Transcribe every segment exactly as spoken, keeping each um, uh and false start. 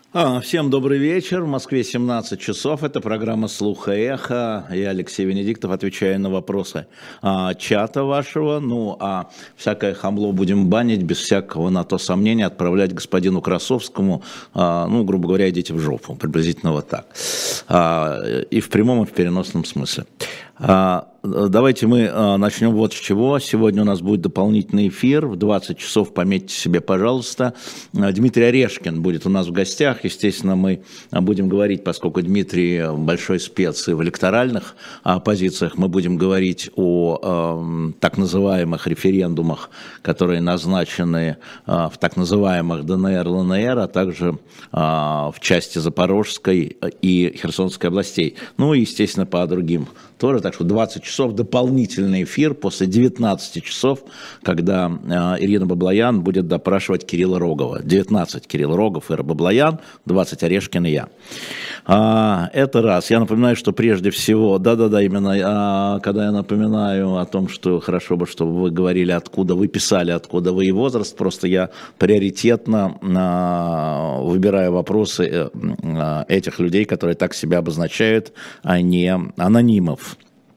А, Всем добрый вечер. В Москве семнадцать часов. Это программа «Слух и эхо». Я Алексей Венедиктов, отвечаю на вопросы а, чата вашего. Ну, а всякое хамло будем банить, без всякого на то сомнения, отправлять господину Красовскому, а, ну, грубо говоря, идите в жопу. Приблизительно вот так. А, и в прямом, и в переносном смысле. А, Давайте мы а, начнем вот с чего. Сегодня у нас будет дополнительный эфир. В двадцать часов пометьте себе, пожалуйста. Дмитрий Орешкин будет у нас в гостях. Естественно, мы будем говорить, поскольку Дмитрий большой спец и в электоральных а, позициях, мы будем говорить о а, так называемых референдумах, которые назначены а, в так называемых ДНР, ЛНР, а также а, в части Запорожской и Херсонской областей. Ну и, естественно, по другим тоже. Так что двадцать часов дополнительный эфир после девятнадцати часов, когда э, Ирина Баблоян будет допрашивать Кирилла Рогова. девятнадцать Кирилл Рогов, Ира Баблоян, двадцать Орешкин и я. А, это раз. Я напоминаю, что прежде всего, да-да-да, именно а, когда я напоминаю о том, что хорошо бы, чтобы вы говорили, откуда вы писали, откуда вы и возраст, просто я приоритетно а, выбираю вопросы а, этих людей, которые так себя обозначают, а не анонимов.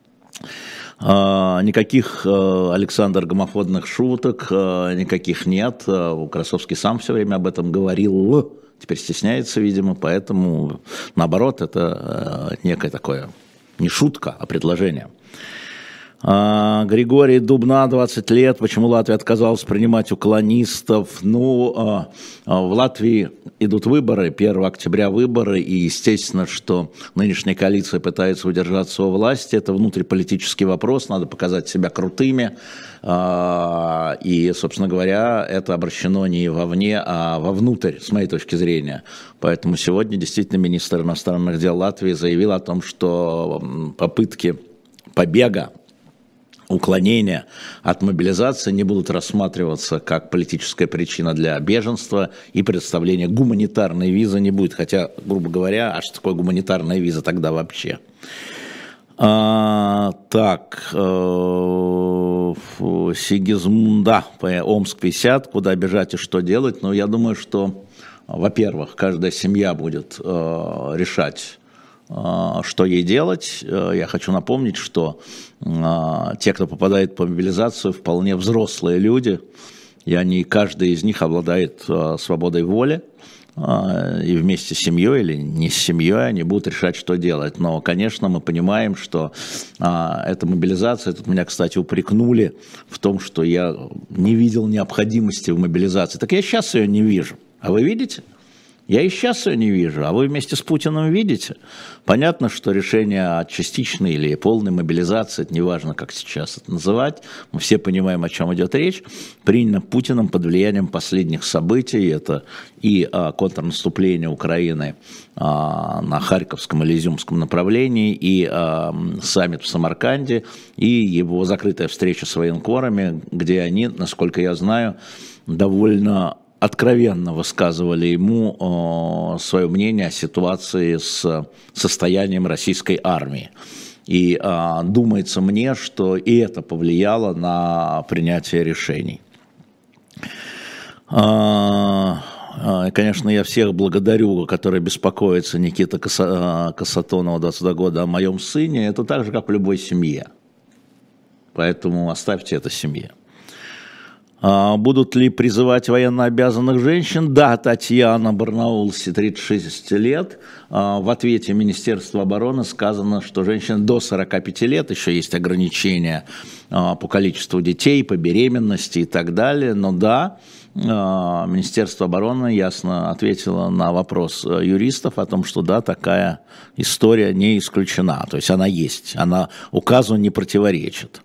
Никаких, Александр, гомофобных шуток, никаких нет. Красовский сам все время об этом говорил, теперь стесняется, видимо, поэтому, наоборот, это некое такое, не шутка, а предложение. Григорий Дубна, двадцать лет. Почему Латвия отказалась принимать уклонистов? Ну, в Латвии идут выборы, первого октября выборы, и естественно, что нынешняя коалиция пытается удержаться у власти. Это внутриполитический вопрос, надо показать себя крутыми. И, собственно говоря, это обращено не вовне, а вовнутрь, с моей точки зрения. Поэтому сегодня действительно министр иностранных дел Латвии заявил о том, что попытки побега, уклонения от мобилизации не будут рассматриваться как политическая причина для беженства, и предоставления гуманитарной визы не будет. Хотя, грубо говоря, а что такое гуманитарная виза тогда вообще? А, так, э, Сигизмунда, Омск пятьдесят, куда бежать и что делать? Ну, я думаю, что, во-первых, каждая семья будет э, решать, что ей делать. Я хочу напомнить, что те, кто попадает по мобилизацию, вполне взрослые люди, и они, каждый из них обладает свободой воли, и вместе с семьей или не с семьей они будут решать, что делать. Но, конечно, мы понимаем, что эта мобилизация, тут меня, кстати, упрекнули в том, что я не видел необходимости в мобилизации. Так я сейчас ее не вижу. А вы видите? Я и сейчас ее не вижу, а вы вместе с Путиным видите. Понятно, что решение о частичной или полной мобилизации, это неважно, как сейчас это называть, мы все понимаем, о чем идет речь, принято Путиным под влиянием последних событий. Это и а, контрнаступление Украины а, на Харьковском или Изюмском направлении, и а, саммит в Самарканде, и его закрытая встреча с военкорами, где они, насколько я знаю, довольно откровенно высказывали ему э, свое мнение о ситуации с состоянием российской армии. И э, думается мне, что и это повлияло на принятие решений. Э, э, конечно, я всех благодарю, которые беспокоятся, Никита Касатонова, двадцать два года, о моем сыне. Это так же, как в любой семье. Поэтому оставьте это семье. Будут ли призывать военнообязанных женщин? Да, Татьяна Барнаулси, тридцать шесть лет. В ответе Министерства обороны сказано, что женщин до сорока пяти лет, еще есть ограничения по количеству детей, по беременности и так далее. Но да, Министерство обороны ясно ответило на вопрос юристов о том, что да, такая история не исключена. То есть она есть, она указу не противоречит.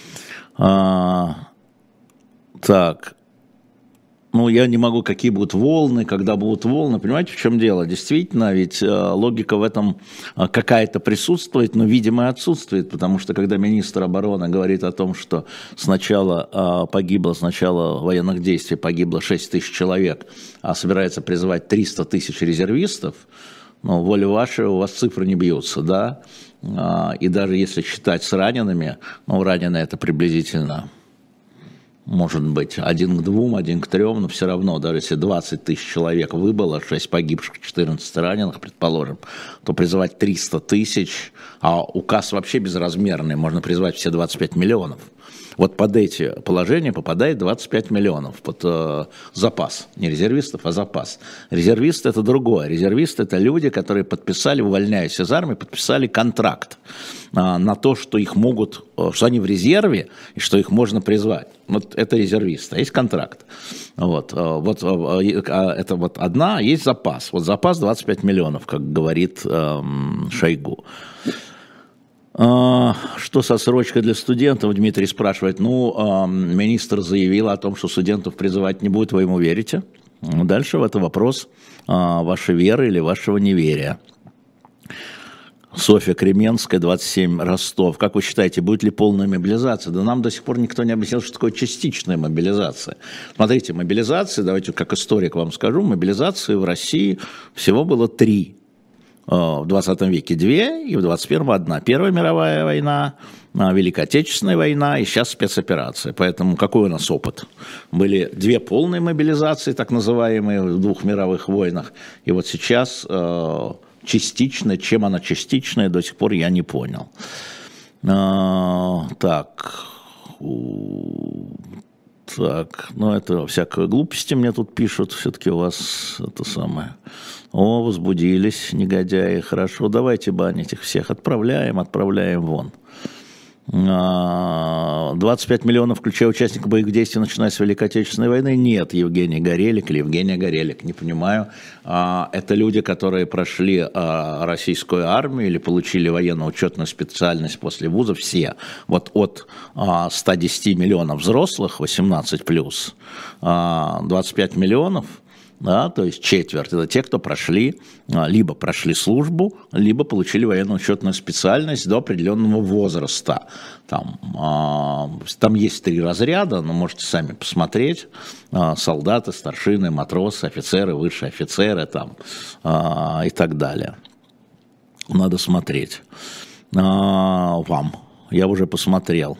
Так, ну я не могу, какие будут волны, когда будут волны, понимаете, в чем дело? Действительно, ведь э, логика в этом э, какая-то присутствует, но, видимо, отсутствует, потому что когда министр обороны говорит о том, что сначала э, погибло, с начала военных действий погибло шесть тысяч человек, а собирается призывать триста тысяч резервистов, ну, воля ваша, у вас цифры не бьются, да, э, и даже если считать с ранеными, ну, раненые это приблизительно... может быть, один к двум, один к трем, но все равно, даже если двадцать тысяч человек выбыло, шесть погибших, четырнадцать раненых, предположим, то призывать триста тысяч, а указ вообще безразмерный, можно призвать все двадцать пять миллионов. Вот под эти положения попадает двадцать пять миллионов, под э, запас, не резервистов, а запас. Резервисты – это другое. Резервисты – это люди, которые подписали, увольняясь из армии, подписали контракт э, на то, что их могут, э, что они в резерве и что их можно призвать. Вот это резервисты, а есть контракт. Вот, э, вот э, э, это вот одна, а есть запас. Вот запас двадцать пять миллионов, как говорит э, Шойгу. Что со срочкой для студентов, Дмитрий спрашивает. Ну, министр заявил о том, что студентов призывать не будет, вы ему верите? Дальше в это вопрос вашей веры или вашего неверия. Софья Кременская, двадцать семь, Ростов. Как вы считаете, будет ли полная мобилизация? Да нам до сих пор никто не объяснил, что такое частичная мобилизация. Смотрите, мобилизации, давайте как историк вам скажу, мобилизации в России всего было три. В двадцатом веке две, и в двадцать первом одна. Первая мировая война, Великая Отечественная война, и сейчас спецоперация. Поэтому какой у нас опыт? Были две полные мобилизации, так называемые, в двух мировых войнах. И вот сейчас э, частичная, чем она частичная, до сих пор я не понял. Э, так... Так, ну это всякие глупости мне тут пишут, все-таки у вас это самое. О, возбудились негодяи, хорошо, давайте банить их всех, отправляем, отправляем вон. двадцать пять миллионов, включая участников боевых действий, начиная с Великой Отечественной войны, нет, Евгений Горелик или Евгения Горелик, не понимаю. Это люди, которые прошли российскую армию или получили военно-учетную специальность после вуза, все. Вот от ста десяти миллионов взрослых, восемнадцать плюс, двадцать пять миллионов, да, то есть четверть, это те, кто прошли, либо прошли службу, либо получили военно-учетную специальность до определенного возраста. Там, там есть три разряда, но можете сами посмотреть. Солдаты, старшины, матросы, офицеры, высшие офицеры там, и так далее. Надо смотреть. Вам. Я уже посмотрел.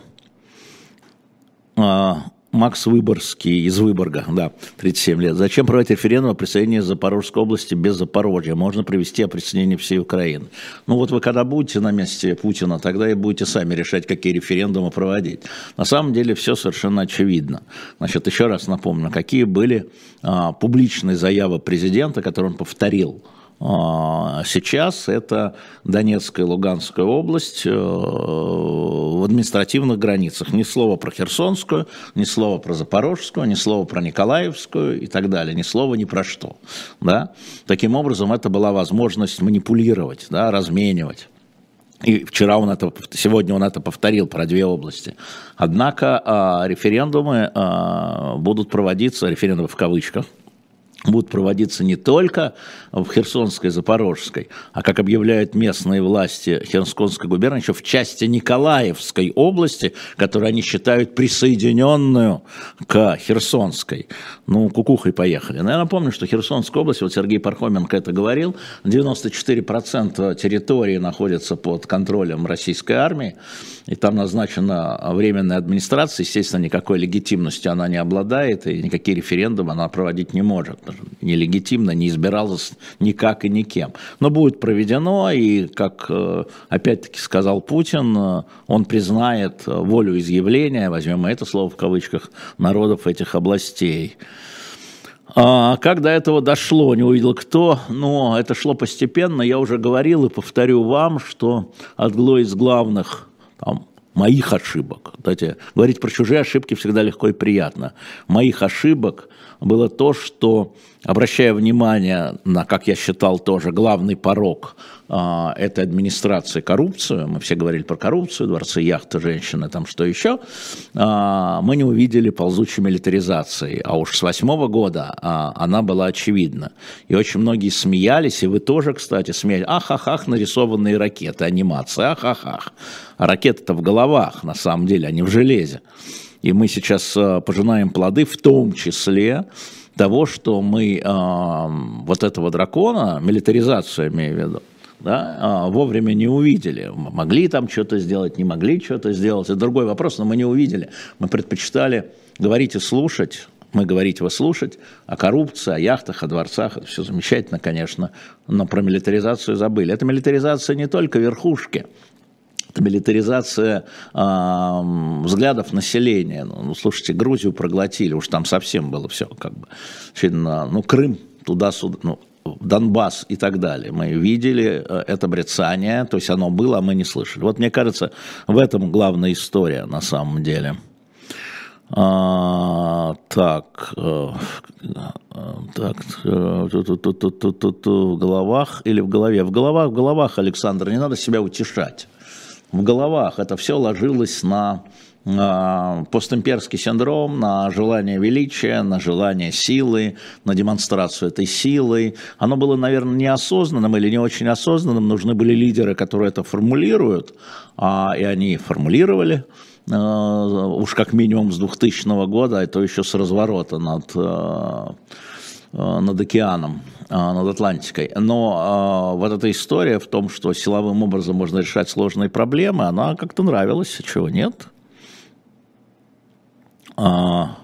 Макс Выборгский из Выборга, да, тридцать семь лет. Зачем проводить референдум о присоединении Запорожской области без Запорожья? Можно провести о присоединении всей Украины. Ну вот вы когда будете на месте Путина, тогда и будете сами решать, какие референдумы проводить. На самом деле все совершенно очевидно. Значит, еще раз напомню, какие были а, публичные заявы президента, которые он повторил. Сейчас это Донецкая и Луганская область в административных границах. Ни слова про Херсонскую, ни слова про Запорожскую, ни слова про Николаевскую и так далее. Ни слова ни про что. Да? Таким образом, это была возможность манипулировать, да, разменивать. И вчера он это, сегодня он это повторил про две области. Однако референдумы будут проводиться, референдумы в кавычках, будут проводиться не только в Херсонской и Запорожской, а, как объявляют местные власти Херсонской губернии, еще в части Николаевской области, которую они считают присоединенную к Херсонской. Ну, кукухой поехали. Но я напомню, что Херсонская область, вот Сергей Пархоменко это говорил, девяносто четыре процента территории находится под контролем российской армии, и там назначена временная администрация, естественно, никакой легитимностью она не обладает, и никакие референдумы она проводить не может. Нелегитимно, не избиралась никак и никем. Но будет проведено, и, как опять-таки сказал Путин, он признает волю изъявления, возьмем это слово в кавычках, народов этих областей. А как до этого дошло, не увидел кто, но это шло постепенно. Я уже говорил и повторю вам, что одно из главных там, моих ошибок, кстати, говорить про чужие ошибки всегда легко и приятно, моих ошибок было то, что, обращая внимание на, как я считал тоже, главный порог а, этой администрации коррупцию, мы все говорили про коррупцию, дворцы, яхты, женщины, там что еще, а, мы не увидели ползучей милитаризации, а уж с восьмого года а, она была очевидна. И очень многие смеялись, и вы тоже, кстати, смеялись, ах-ах-ах, нарисованные ракеты, анимация, ах-ах-ах. А ракеты-то в головах, на самом деле, а не в железе. И мы сейчас пожинаем плоды, в том числе того, что мы э, вот этого дракона, милитаризацию имею в виду, да, э, вовремя не увидели. Могли там что-то сделать, не могли что-то сделать. Это другой вопрос, но мы не увидели. Мы предпочитали говорите слушать, мы говорите вы слушать, о коррупции, о яхтах, о дворцах, это все замечательно, конечно, но про милитаризацию забыли. Это милитаризация не только верхушки, это милитаризация э, взглядов населения. Ну, слушайте, Грузию проглотили, уж там совсем было все как бы. Ну, Крым туда-сюда, ну, Донбасс и так далее. Мы видели это брецание, то есть оно было, а мы не слышали. Вот мне кажется, в этом главная история на самом деле. А, так, э, так, э, в головах или в голове? В головах, в головах, Александр, не надо себя утешать. В головах это все ложилось на, на постимперский синдром, на желание величия, на желание силы, на демонстрацию этой силы. Оно было, наверное, неосознанным или не очень осознанным. Нужны были лидеры, которые это формулируют, а, и они формулировали. Уж как минимум с двухтысячного года, а то еще с разворота над, над океаном, над Атлантикой. Но вот эта история в том, что силовым образом можно решать сложные проблемы, она как-то нравилась, чего нет. А...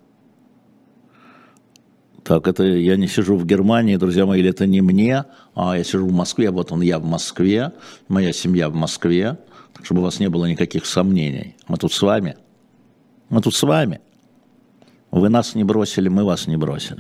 Так, это я не сижу в Германии, друзья мои, или это не мне, а я сижу в Москве, вот он я в Москве, моя семья в Москве. Чтобы у вас не было никаких сомнений. Мы тут с вами. Мы тут с вами. Вы нас не бросили, мы вас не бросили.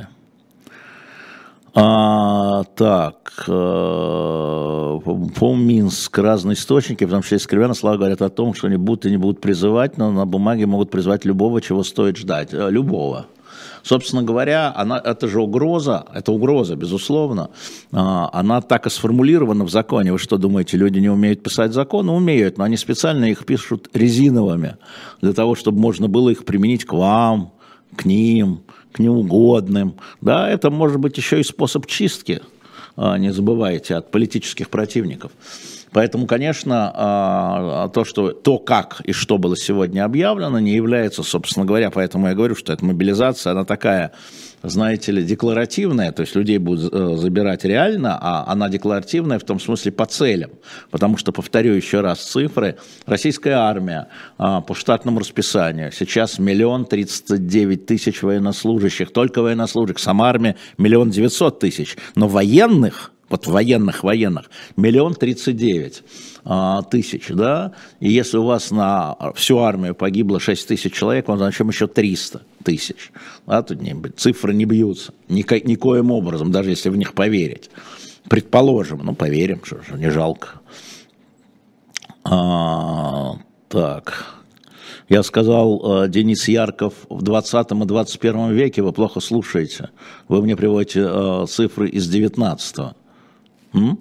А, так, э, по Минск, разные источники, в том числе Скрипяна, слова говорят о том, что они будут и не будут призывать, но на бумаге могут призвать любого, чего стоит ждать. Любого. Собственно говоря, она, это же угроза, это угроза, безусловно, она так и сформулирована в законе. Вы что думаете, люди не умеют писать законы? Умеют, но они специально их пишут резиновыми, для того, чтобы можно было их применить к вам, к ним, к неугодным. Да, это может быть еще и способ чистки, не забывайте, от политических противников. Поэтому, конечно, то, что, то, как и что было сегодня объявлено, не является, собственно говоря, поэтому я говорю, что эта мобилизация, она такая, знаете ли, декларативная, то есть людей будут забирать реально, а она декларативная в том смысле по целям. Потому что, повторю еще раз цифры, российская армия по штатному расписанию сейчас миллион тридцать девять тысяч военнослужащих, только военнослужащих, сама армия миллион девятьсот тысяч, но военных, вот военных-военных, миллион тридцать девять тысяч, да, и если у вас на всю армию погибло шесть тысяч человек, вам зачем еще триста тысяч, да, тут не, цифры не бьются, нико, никоим образом, даже если в них поверить, предположим, ну, поверим, что же, не жалко. А, так... Я сказал, Денис Ярков, в двадцатом и двадцать первом веке вы плохо слушаете. Вы мне приводите э, цифры из девятнадцатого. М?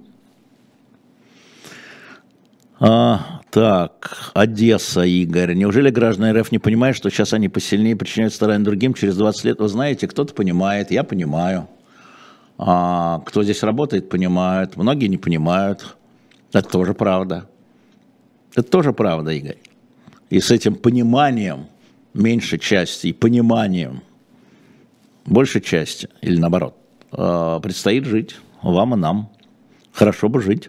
А, так, Одесса, Игорь. Неужели граждане РФ не понимают, что сейчас они посильнее причиняют страдания другим через двадцать лет? Вы знаете, кто-то понимает, я понимаю. А, кто здесь работает, понимает. Многие не понимают. Это тоже правда. Это тоже правда, Игорь. И с этим пониманием, меньшей части, и пониманием большей части, или наоборот, предстоит жить вам и нам. Хорошо бы жить.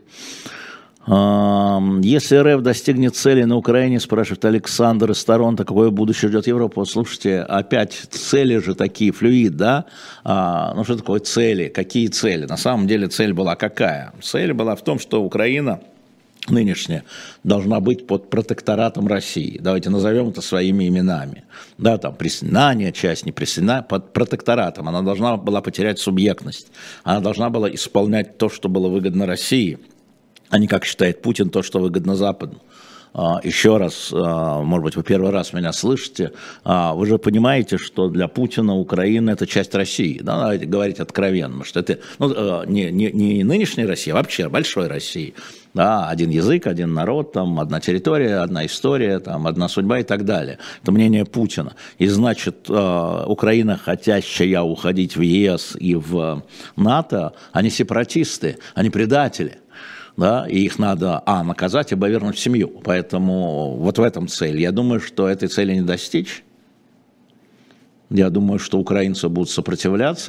Если РФ достигнет цели на Украине, спрашивает Александр из Торонто, какое будущее ждет Европу? Слушайте, опять цели же такие, флюид, да? Ну что такое цели? Какие цели? На самом деле цель была какая? Цель была в том, что Украина нынешняя должна быть под протекторатом России. Давайте назовем это своими именами. Да, там присоединение, часть не присоединение, под протекторатом. Она должна была потерять субъектность. Она должна была исполнять то, что было выгодно России, а не, как считает Путин, то, что выгодно Западу. Еще раз, может быть, вы первый раз меня слышите, вы же понимаете, что для Путина Украина – это часть России, да, давайте говорить откровенно, что это ну, не, не, не нынешняя Россия, а вообще большой России. Да, один язык, один народ, там, одна территория, одна история, там, одна судьба и так далее. Это мнение Путина. И значит, Украина, хотящая уходить в ЕС и в НАТО, они сепаратисты, они предатели. Да, и их надо, а, наказать, и б, вернуть в семью. Поэтому вот в этом цель. Я думаю, что этой цели не достичь. Я думаю, что украинцы будут сопротивляться.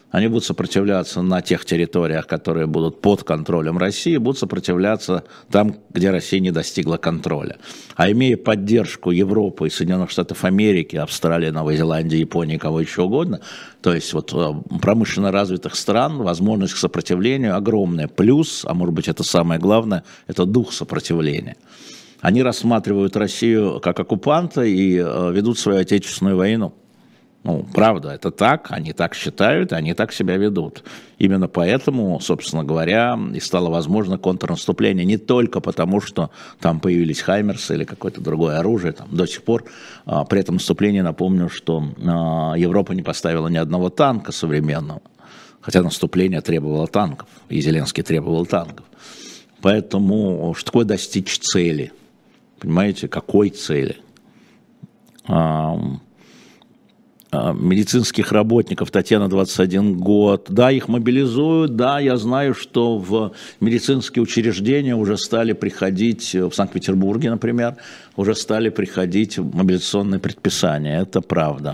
Они будут сопротивляться на тех территориях, которые будут под контролем России, будут сопротивляться там, где Россия не достигла контроля. А имея поддержку Европы и Соединенных Штатов Америки, Австралии, Новой Зеландии, Японии, кого еще угодно, то есть вот промышленно развитых стран, возможность к сопротивлению огромная. Плюс, а может быть это самое главное, это дух сопротивления. Они рассматривают Россию как оккупанта и ведут свою отечественную войну. Ну, правда, это так, они так считают, они так себя ведут. Именно поэтому, собственно говоря, и стало возможно контрнаступление. Не только потому, что там появились хаймерсы или какое-то другое оружие. Там, до сих пор а, при этом наступлении, напомню, что а, Европа не поставила ни одного танка современного. Хотя наступление требовало танков, и Зеленский требовал танков. Поэтому что такое достичь цели? Понимаете, какой цели? А, медицинских работников, Татьяна, двадцать один год, да, их мобилизуют, да, я знаю, что в медицинские учреждения уже стали приходить, в Санкт-Петербурге, например, уже стали приходить мобилизационные предписания, это правда.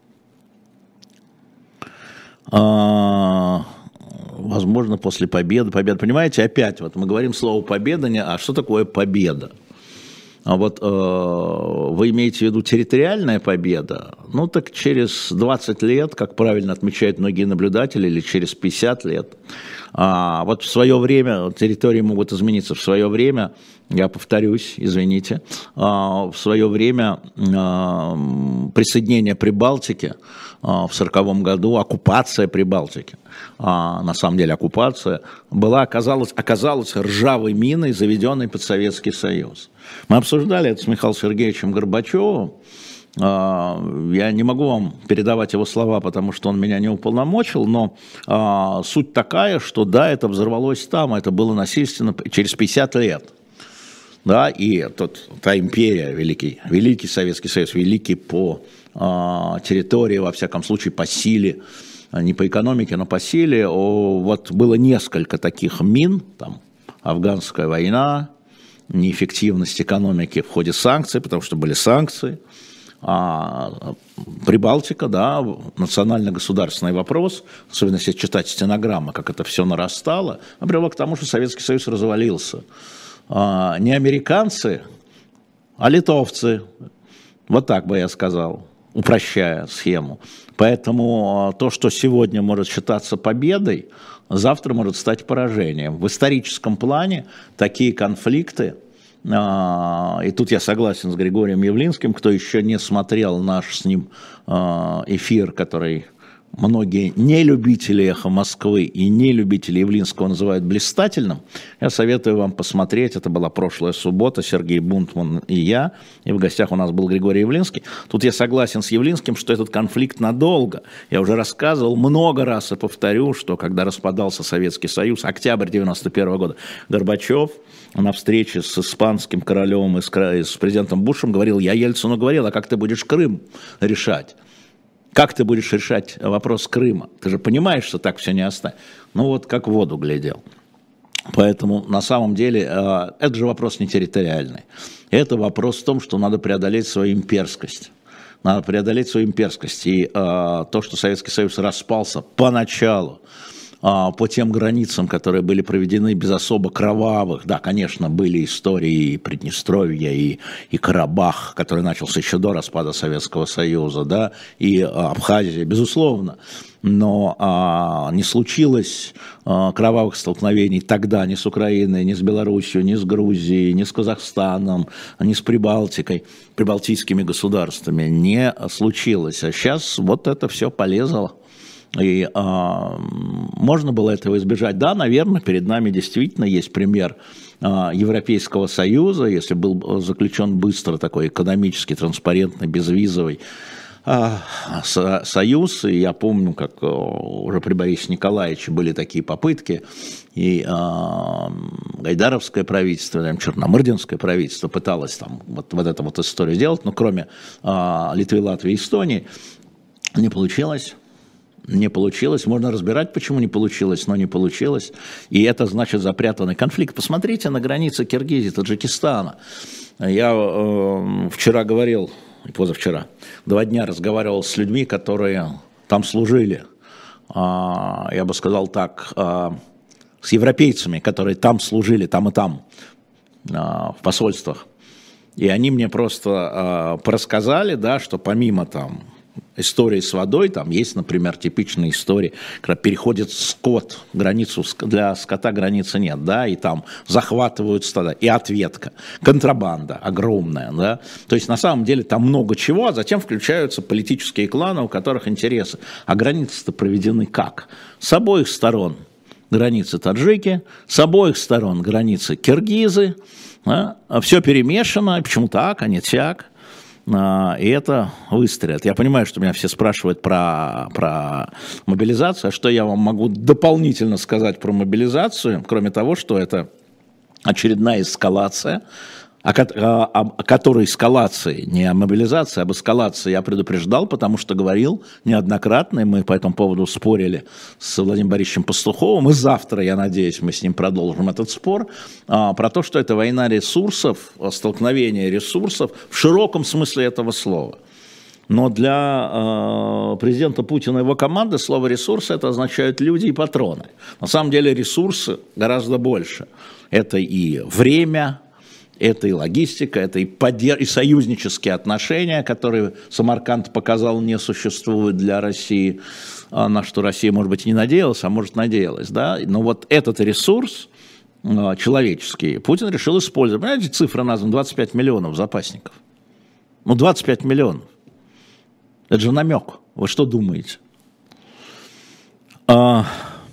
А, возможно, после победы, победа, понимаете, опять, вот мы говорим слово победа, а что такое победа? А вот э, вы имеете в виду территориальная победа? Ну так через двадцать лет, как правильно отмечают многие наблюдатели, или через пятьдесят лет. А вот в свое время, территории могут измениться, в свое время, я повторюсь, извините, а, в свое время а, присоединение Прибалтики а, в сороковом году, оккупация Прибалтики, а, на самом деле оккупация, была, оказалась, оказалась ржавой миной, заведенной под Советский Союз. Мы обсуждали это с Михаилом Сергеевичем Горбачевым. Я не могу вам передавать его слова, потому что он меня не уполномочил, но а, суть такая, что да, это взорвалось там, это было насильственно через пятьдесят лет. Да, и тот, та империя, великий, великий Советский Союз, великий по а, территории, во всяком случае, по силе, не по экономике, но по силе. О, вот было несколько таких мин, там, афганская война, неэффективность экономики в ходе санкций, потому что были санкции. А Прибалтика, да, национально-государственный вопрос, особенно если читать стенограммы, как это все нарастало, привело к тому, что Советский Союз развалился. А, не американцы, а литовцы, вот так бы я сказал, упрощая схему. Поэтому то, что сегодня может считаться победой, завтра может стать поражением. В историческом плане такие конфликты, и тут я согласен с Григорием Явлинским, кто еще не смотрел наш с ним эфир, который многие не любители «Эхо Москвы» и не любители Явлинского называют блистательным, я советую вам посмотреть. Это была прошлая суббота, Сергей Бунтман и я, и в гостях у нас был Григорий Явлинский. Тут я согласен с Явлинским, что этот конфликт надолго. Я уже рассказывал много раз и повторю, что когда распадался Советский Союз, октябрь девяносто первого года, Горбачев на встрече с испанским королем и с президентом Бушем говорил: я Ельцину говорил, а как ты будешь Крым решать? Как ты будешь решать вопрос Крыма? Ты же понимаешь, что так все не останется. Ну вот как в воду глядел. Поэтому на самом деле это же вопрос не территориальный. Это вопрос в том, что надо преодолеть свою имперскость. Надо преодолеть свою имперскость. И то, что Советский Союз распался поначалу, по тем границам, которые были проведены без особо кровавых. Да, конечно, были истории и Приднестровья, и, и Карабах, который начался еще до распада Советского Союза, да, и Абхазия, безусловно. Но а, не случилось а, кровавых столкновений тогда ни с Украиной, ни с Белоруссией, ни с Грузией, ни с Казахстаном, ни с Прибалтикой, прибалтийскими государствами. Не случилось. А сейчас вот это все полезло. И а, можно было этого избежать. Да, наверное, перед нами действительно есть пример а, Европейского Союза, если был заключен быстро такой экономически транспарентный, безвизовый а, со, союз. И я помню, как уже при Борисе Николаевиче были такие попытки, и а, Гайдаровское правительство, там, Черномырдинское правительство пыталось там, вот, вот эту вот историю сделать, но кроме а, Литвы, Латвии и Эстонии не получилось. Не получилось. Можно разбирать, почему не получилось, но не получилось. И это значит запрятанный конфликт. Посмотрите на границы Киргизии, Таджикистана. Я э, вчера говорил, позавчера, два дня разговаривал с людьми, которые там служили. я бы сказал так, с европейцами, которые там служили, там и там, в посольствах. И они мне просто порассказали, да, что помимо там истории с водой, там есть, например, типичные истории, когда переходит скот, границу, для скота границы нет, да, и там захватывают стада, и ответка, контрабанда огромная, да, то есть на самом деле там много чего, а затем включаются политические кланы, у которых интересы, а границы-то проведены как? С обоих сторон границы таджики, с обоих сторон границы киргизы, да? Все перемешано, почему так, а не сяк. И это выстрелит. Я понимаю, что меня все спрашивают про, про мобилизацию, а что я вам могу дополнительно сказать про мобилизацию, кроме того, что это очередная эскалация, о, о, о которой эскалации, не о мобилизации, а об эскалации я предупреждал, потому что говорил неоднократно, и мы по этому поводу спорили с Владимиром Борисовичем Пастуховым, и завтра, я надеюсь, мы с ним продолжим этот спор, а, про то, что это война ресурсов, столкновение ресурсов в широком смысле этого слова. Но для э, президента Путина и его команды слово «ресурсы» это означает люди и патроны. На самом деле ресурсы гораздо больше. Это и время, это и логистика, это и, подер... и союзнические отношения, которые Самарканд показал, не существуют для России, на что Россия, может быть, и не надеялась, а может, надеялась. Да? Но вот этот ресурс человеческий Путин решил использовать. Понимаете, цифра названа двадцать пять миллионов запасников. Ну, двадцать пять миллионов. Это же намек. Вы что думаете? А...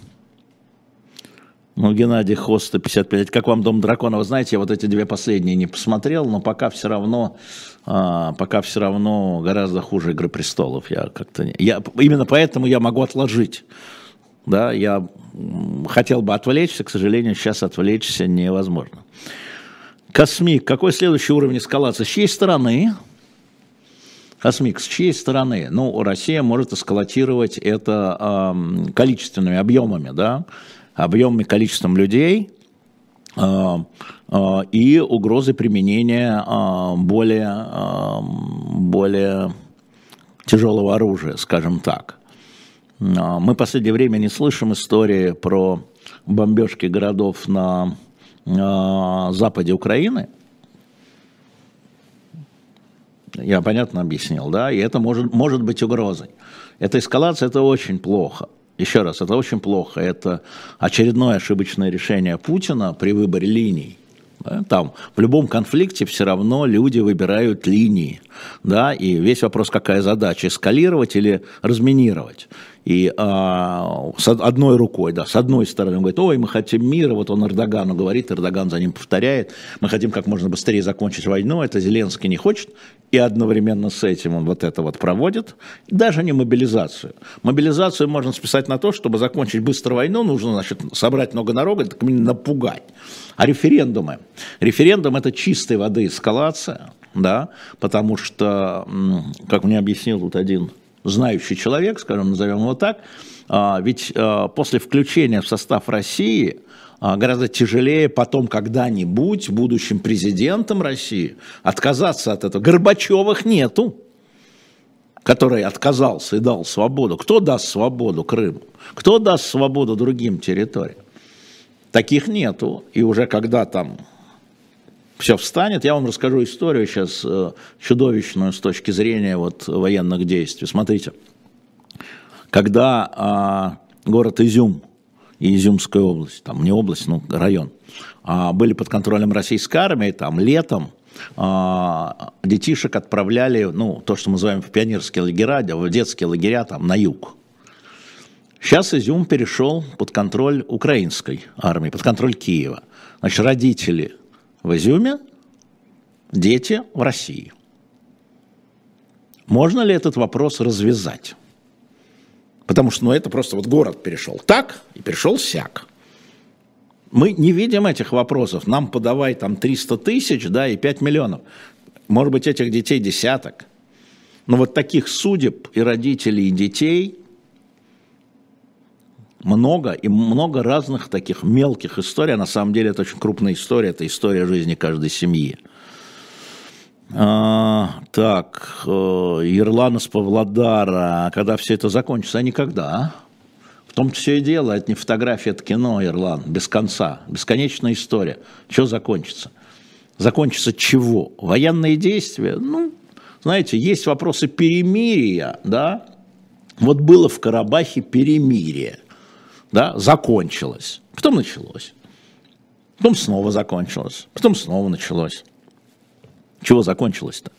Ну, Геннадий Хоста, пятьдесят пять. Как вам «Дом дракона»? Вы знаете, я вот эти две последние не посмотрел, но пока все равно, а, пока все равно гораздо хуже «Игры престолов». Я как-то не... я, именно поэтому я могу отложить. Да, я хотел бы отвлечься, к сожалению, сейчас отвлечься невозможно. Космик. Какой следующий уровень эскалации? С чьей стороны? Космик, с чьей стороны? Ну, Россия может эскалатировать это а, количественными объемами, да, объемами, количеством людей э, э, и угрозой применения э, более, э, более тяжелого оружия, скажем так. Э, мы в последнее время не слышим истории про бомбежки городов на э, западе Украины. Я понятно объяснил, да, и это может, может быть угрозой. Эта эскалация – это очень плохо. Еще раз, это очень плохо. Это очередное ошибочное решение Путина при выборе линий. Там в любом конфликте все равно люди выбирают линии. Да? И весь вопрос, какая задача, эскалировать или разминировать. И а, с одной рукой, да, с одной стороны, он говорит, ой, мы хотим мира, вот он Эрдогану говорит, Эрдоган за ним повторяет, мы хотим как можно быстрее закончить войну, это Зеленский не хочет, и одновременно с этим он вот это вот проводит, даже не мобилизацию. Мобилизацию можно списать на то, чтобы закончить быстро войну, нужно, значит, собрать много народа, так напугать. А референдумы? Референдум – это чистой воды эскалация, да, потому что, как мне объяснил тут один знающий человек, скажем, назовем его так, ведь после включения в состав России гораздо тяжелее потом когда-нибудь будущим президентом России отказаться от этого. Горбачевых нету, который отказался и дал свободу. Кто даст свободу Крыму? Кто даст свободу другим территориям? Таких нету. И уже когда там все встанет, я вам расскажу историю сейчас чудовищную с точки зрения вот военных действий. Смотрите, когда а, город Изюм и Изюмская область, там не область, ну район, а, были под контролем российской армии, там летом а, детишек отправляли, ну то, что мы называем в пионерские лагеря, в детские лагеря там на юг. Сейчас Изюм перешел под контроль украинской армии, под контроль Киева. Значит, родители в Изюме, дети в России. Можно ли этот вопрос развязать? Потому что ну, это просто вот город перешел так и перешел сяк. Мы не видим этих вопросов. Нам подавай там триста тысяч, да, и пять миллионов. Может быть, этих детей десяток. Но вот таких судеб и родителей, и детей много, и много разных таких мелких историй. А на самом деле это очень крупная история, это история жизни каждой семьи. А, так, Ерлан из Павлодара, когда все это закончится, а никогда. В том-то все и дело, это не фотография, это кино, Ирлан, без конца, бесконечная история. Что закончится? Закончится чего? Военные действия? Ну, знаете, есть вопросы перемирия, да? Вот было в Карабахе перемирие, да, закончилось, потом началось, потом снова закончилось, потом снова началось. Чего закончилось-то?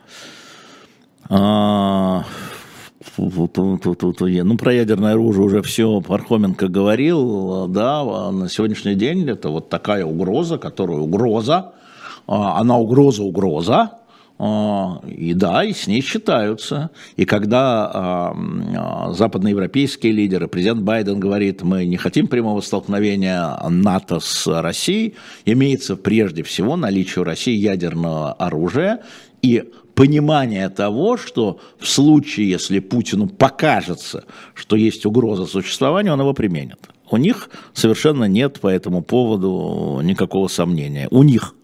А, ну, про ядерное оружие уже все Пархоменко говорил, да, на сегодняшний день это вот такая угроза, которая угроза, она угроза-угроза, и да, и с ней считаются. И когда западноевропейские лидеры, президент Байден говорит, мы не хотим прямого столкновения НАТО с Россией, имеется прежде всего наличие у России ядерного оружия и понимание того, что в случае, если Путину покажется, что есть угроза существования, он его применит. У них совершенно нет по этому поводу никакого сомнения. У них.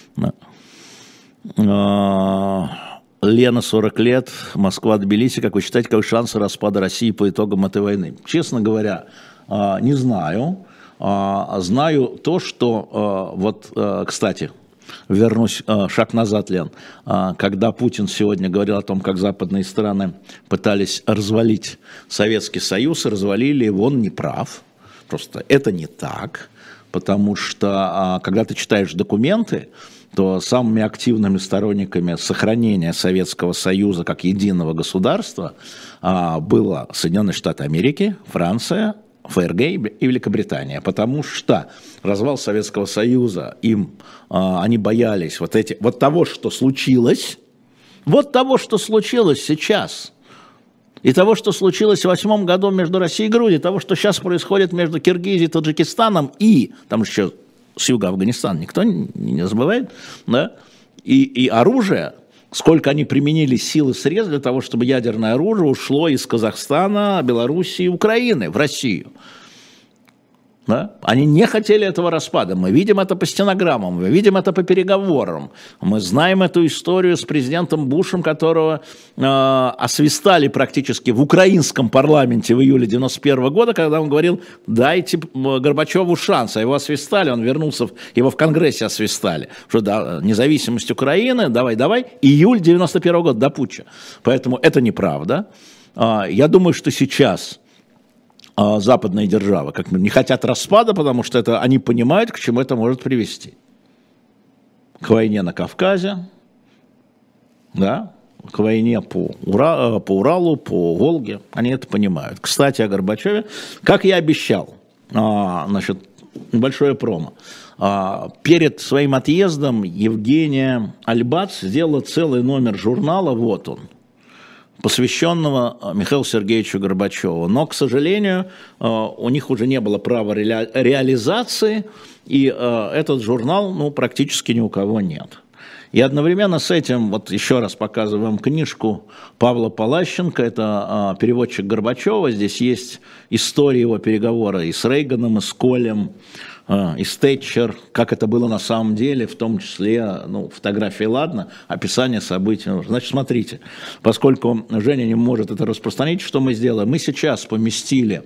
Лена, сорок лет, Москва, Тбилиси. Как вы считаете, каковы шансы распада России по итогам этой войны? Честно говоря, не знаю. Знаю то, что, вот, кстати, вернусь шаг назад, Лен, когда Путин сегодня говорил о том, как западные страны пытались развалить Советский Союз, развалили его, он не прав. Просто это не так, потому что, когда ты читаешь документы, то самыми активными сторонниками сохранения Советского Союза как единого государства было Соединенные Штаты Америки, Франция, ФРГ и Великобритания, потому что развал Советского Союза, им, они боялись вот, эти, вот того, что случилось, вот того, что случилось сейчас, и того, что случилось в восьмом году между Россией и Грузией, того, что сейчас происходит между Киргизией и Таджикистаном, и там еще с юга Афганистана, никто не забывает, да, и, и оружие, сколько они применили сил и средств для того, чтобы ядерное оружие ушло из Казахстана, Белоруссии и Украины в Россию. Да? Они не хотели этого распада. Мы видим это по стенограммам, мы видим это по переговорам. Мы знаем эту историю с президентом Бушем, которого э, освистали практически в украинском парламенте в июле девяносто первого года, когда он говорил, дайте Горбачеву шанс, а его освистали, он вернулся, его в Конгрессе освистали, что да, независимость Украины, давай-давай, июль девяносто первого года, до путча. Поэтому это неправда. Э, я думаю, что сейчас западные державы как не хотят распада, потому что это, они понимают, к чему это может привести. К войне на Кавказе, да, к войне по, Ура, по Уралу, по Волге. Они это понимают. Кстати, о Горбачеве. Как я обещал, значит, небольшое промо. Перед своим отъездом Евгения Альбац сделала целый номер журнала, вот он, посвященного Михаилу Сергеевичу Горбачеву. Но, к сожалению, у них уже не было права ре- реализации, и этот журнал, ну, практически ни у кого нет. И одновременно с этим, вот еще раз показываем книжку Павла Палащенко, это переводчик Горбачева, здесь есть история его переговора и с Рейганом, и с Колем, и с Тэтчер, как это было на самом деле, в том числе, ну, фотографии, ладно, описание событий. Значит, смотрите, поскольку Женя не может это распространить, что мы сделаем? Мы сейчас поместили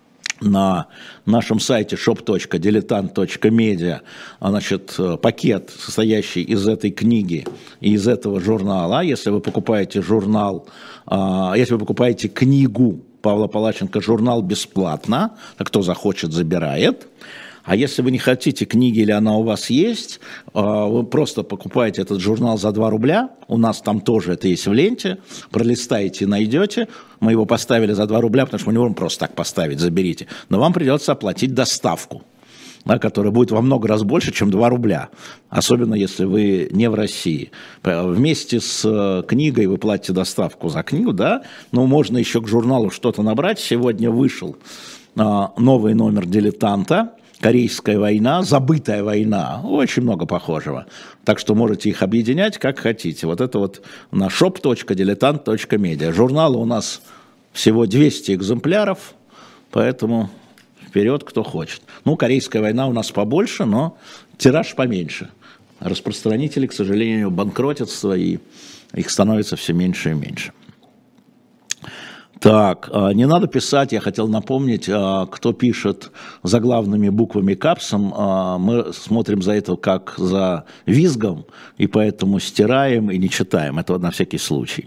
на нашем сайте шоп точка дилетант точка медиа, значит, пакет, состоящий из этой книги и из этого журнала. Если вы покупаете журнал, если вы покупаете книгу Павла Палащенко, журнал бесплатно, а кто захочет, забирает. А если вы не хотите книги или она у вас есть, вы просто покупаете этот журнал за два рубля, у нас там тоже это есть в ленте, пролистаете и найдете, мы его поставили за два рубля, потому что мы не можем просто так поставить, заберите, но вам придется оплатить доставку, да, которая будет во много раз больше, чем два рубля, особенно если вы не в России. Вместе с книгой вы платите доставку за книгу, да, но можно еще к журналу что-то набрать. Сегодня вышел новый номер «Дилетанта», Корейская война, забытая война, очень много похожего. Так что можете их объединять как хотите. Вот это вот на шоп точка дилетант точка медиа. Журнала у нас всего двести экземпляров, поэтому вперед, кто хочет. Ну, Корейская война у нас побольше, но тираж поменьше. Распространители, к сожалению, банкротятся, и их становится все меньше и меньше. Так, не надо писать, я хотел напомнить, кто пишет заглавными буквами капсом, мы смотрим за это как за визгом, и поэтому стираем и не читаем, это на всякий случай.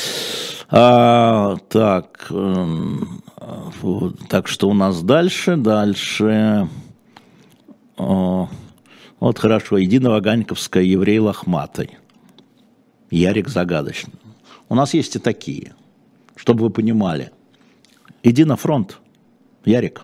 А, так, вот, так что у нас дальше, дальше, О, вот хорошо, Единоваганьковская, еврей лохматый, Ярик загадочный. У нас есть и такие. Чтобы вы понимали. Иди на фронт, Ярик.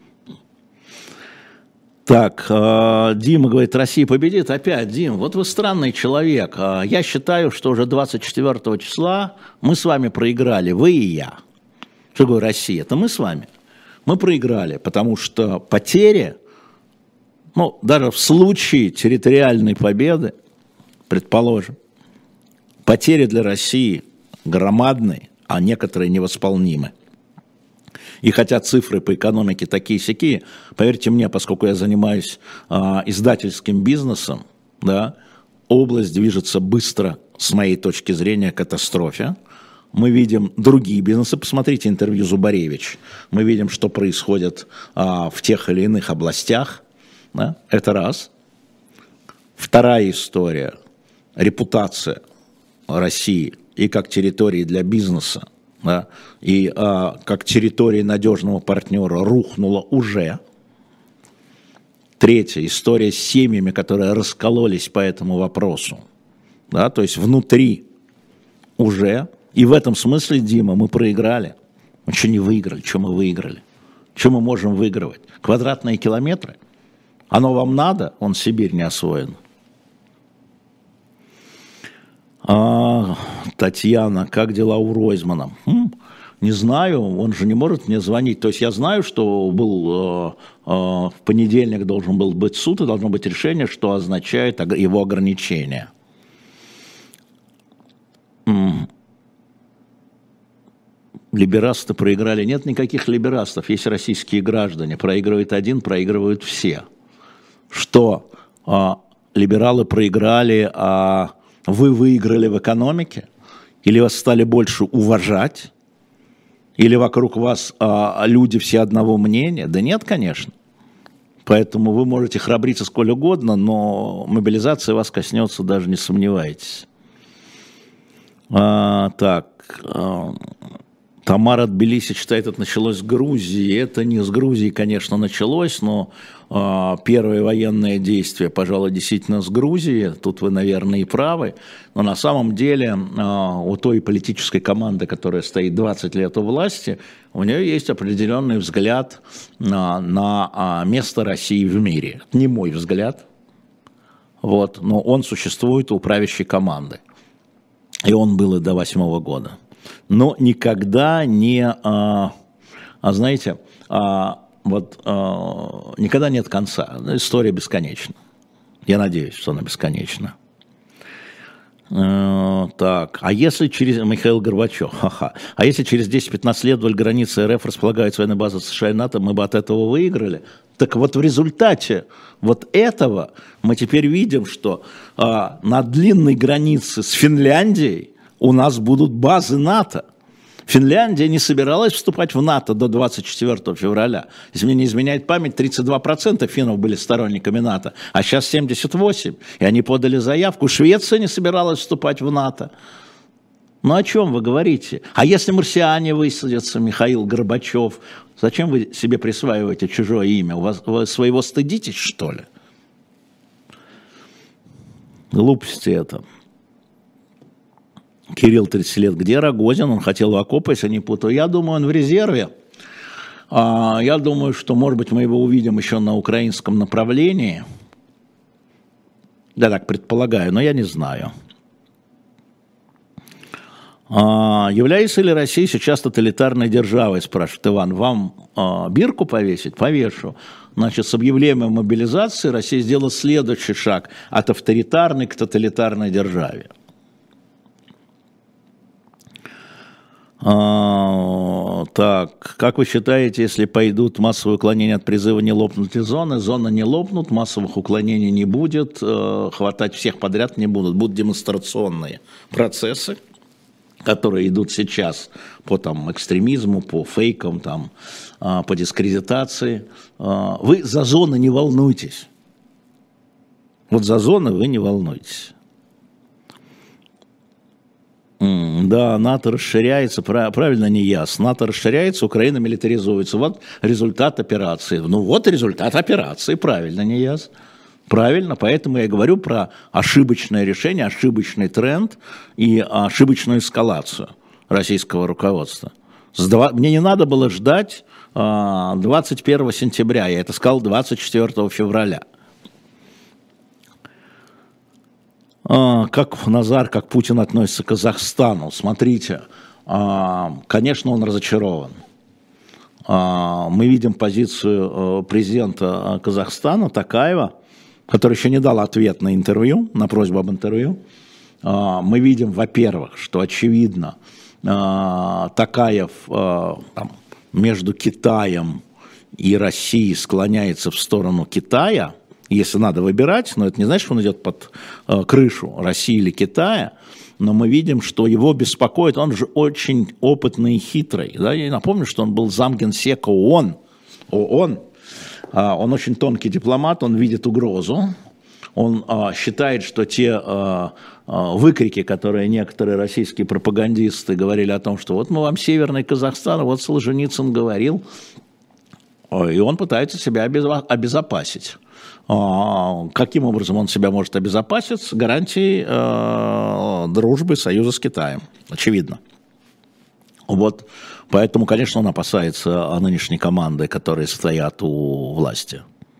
Так, Дима говорит, Россия победит. Опять, Дим, вот вы странный человек. Я считаю, что уже двадцать четвёртого числа мы с вами проиграли, вы и я. Что говорю, Россия? Это мы с вами. Мы проиграли, потому что потери, ну, даже в случае территориальной победы, предположим, потери для России громадные, а некоторые невосполнимы. И хотя цифры по экономике такие-сякие, поверьте мне, поскольку я занимаюсь а, издательским бизнесом, да, область движется быстро, с моей точки зрения, к катастрофе. Мы видим другие бизнесы, посмотрите интервью Зубаревич, мы видим, что происходит а, в тех или иных областях, да, это раз. Вторая история, репутация России и как территории для бизнеса, да, и а, как территории надежного партнера рухнула уже. Третья история с семьями, которые раскололись по этому вопросу, да, то есть внутри уже. И в этом смысле, Дима, мы проиграли. Мы что не выиграли, что мы выиграли? Что мы можем выигрывать? Квадратные километры? Оно вам надо? Он Сибирь не освоен. А, Татьяна, как дела у Ройзмана? Хм, не знаю, он же не может мне звонить. То есть я знаю, что был э, э, в понедельник должен был быть суд, и должно быть решение, что означает его ограничение. М. Либерасты проиграли. Нет никаких либерастов, есть российские граждане. Проигрывает один, проигрывают все. Что э, либералы проиграли, а вы выиграли в экономике? Или вас стали больше уважать? Или вокруг вас а, люди все одного мнения? Да нет, конечно. Поэтому вы можете храбриться сколь угодно, но мобилизация вас коснется, даже не сомневайтесь. А, так, а, Тамара Тбилиси считает, это началось с Грузии. Это не с Грузии, конечно, началось, но э, первые военные действия, пожалуй, действительно с Грузии. Тут вы, наверное, и правы. Но на самом деле э, у той политической команды, которая стоит двадцать лет у власти, у нее есть определенный взгляд на, на место России в мире. Это не мой взгляд, вот, но он существует у правящей команды. И он был и до восьмого года. Но никогда не, а, а знаете, а, вот а, никогда нет конца. История бесконечна. Я надеюсь, что она бесконечна. А, так, а если через... Михаил Горбачев, ха-ха. А если через десять-пятнадцать лет вдоль границы РФ располагают военные базы США и НАТО, мы бы от этого выиграли? Так вот в результате вот этого мы теперь видим, что а, на длинной границе с Финляндией у нас будут базы НАТО. Финляндия не собиралась вступать в НАТО до двадцать четвёртого февраля. Если мне не изменяет память, тридцать два процента финнов были сторонниками НАТО, а сейчас семьдесят восемь процентов. И они подали заявку. Швеция не собиралась вступать в НАТО. Ну о чем вы говорите? А если марсиане высадятся, Михаил Горбачев, зачем вы себе присваиваете чужое имя? У вас, вы своего стыдитесь, что ли? Глупости это. Кирилл, тридцать лет, где Рогозин? Он хотел в окопы, если не путаю. Я думаю, он в резерве. Я думаю, что, может быть, мы его увидим еще на украинском направлении. Да, так предполагаю, но я не знаю. Является ли Россия сейчас тоталитарной державой, спрашивает Иван. Вам бирку повесить? Повешу. Значит, с объявлением мобилизации Россия сделала следующий шаг от авторитарной к тоталитарной державе. А, так, как вы считаете, если пойдут массовые уклонения от призыва, не лопнут ли зоны? Зоны не лопнут, массовых уклонений не будет, э, хватать всех подряд не будут, будут демонстрационные процессы. которые идут сейчас по там, экстремизму, по фейкам, там, по дискредитации. Вы за зоны не волнуйтесь. Вот за зоны вы не волнуйтесь. Да, НАТО расширяется, правильно, не яс. НАТО расширяется, Украина милитаризуется. Вот результат операции. Ну вот результат операции, правильно, не яс. Правильно, поэтому я говорю про ошибочное решение, ошибочный тренд и ошибочную эскалацию российского руководства. Мне не надо было ждать двадцать первого сентября, я это сказал двадцать четвёртого февраля. Как Назар, как Путин относится к Казахстану? Смотрите, конечно, он разочарован. Мы видим позицию президента Казахстана Токаева, который еще не дал ответ на интервью, на просьбу об интервью. Мы видим, во-первых, что очевидно, Токаев там, между Китаем и Россией склоняется в сторону Китая, если надо выбирать, но это не значит, что он идет под крышу России или Китая, но мы видим, что его беспокоит, он же очень опытный и хитрый. Да? Я напомню, что он был замгенсека ООН, ООН. Он очень тонкий дипломат, он видит угрозу, он а, считает, что те а, а, выкрики, которые некоторые российские пропагандисты говорили о том, что вот мы вам Северный Казахстан, вот Солженицын говорил, и он пытается себя обезопасить. А, каким образом он себя может обезопасить? С гарантией а, дружбы, союза с Китаем, очевидно. Вот, поэтому, конечно, он опасается нынешней команды, которые стоят у власти.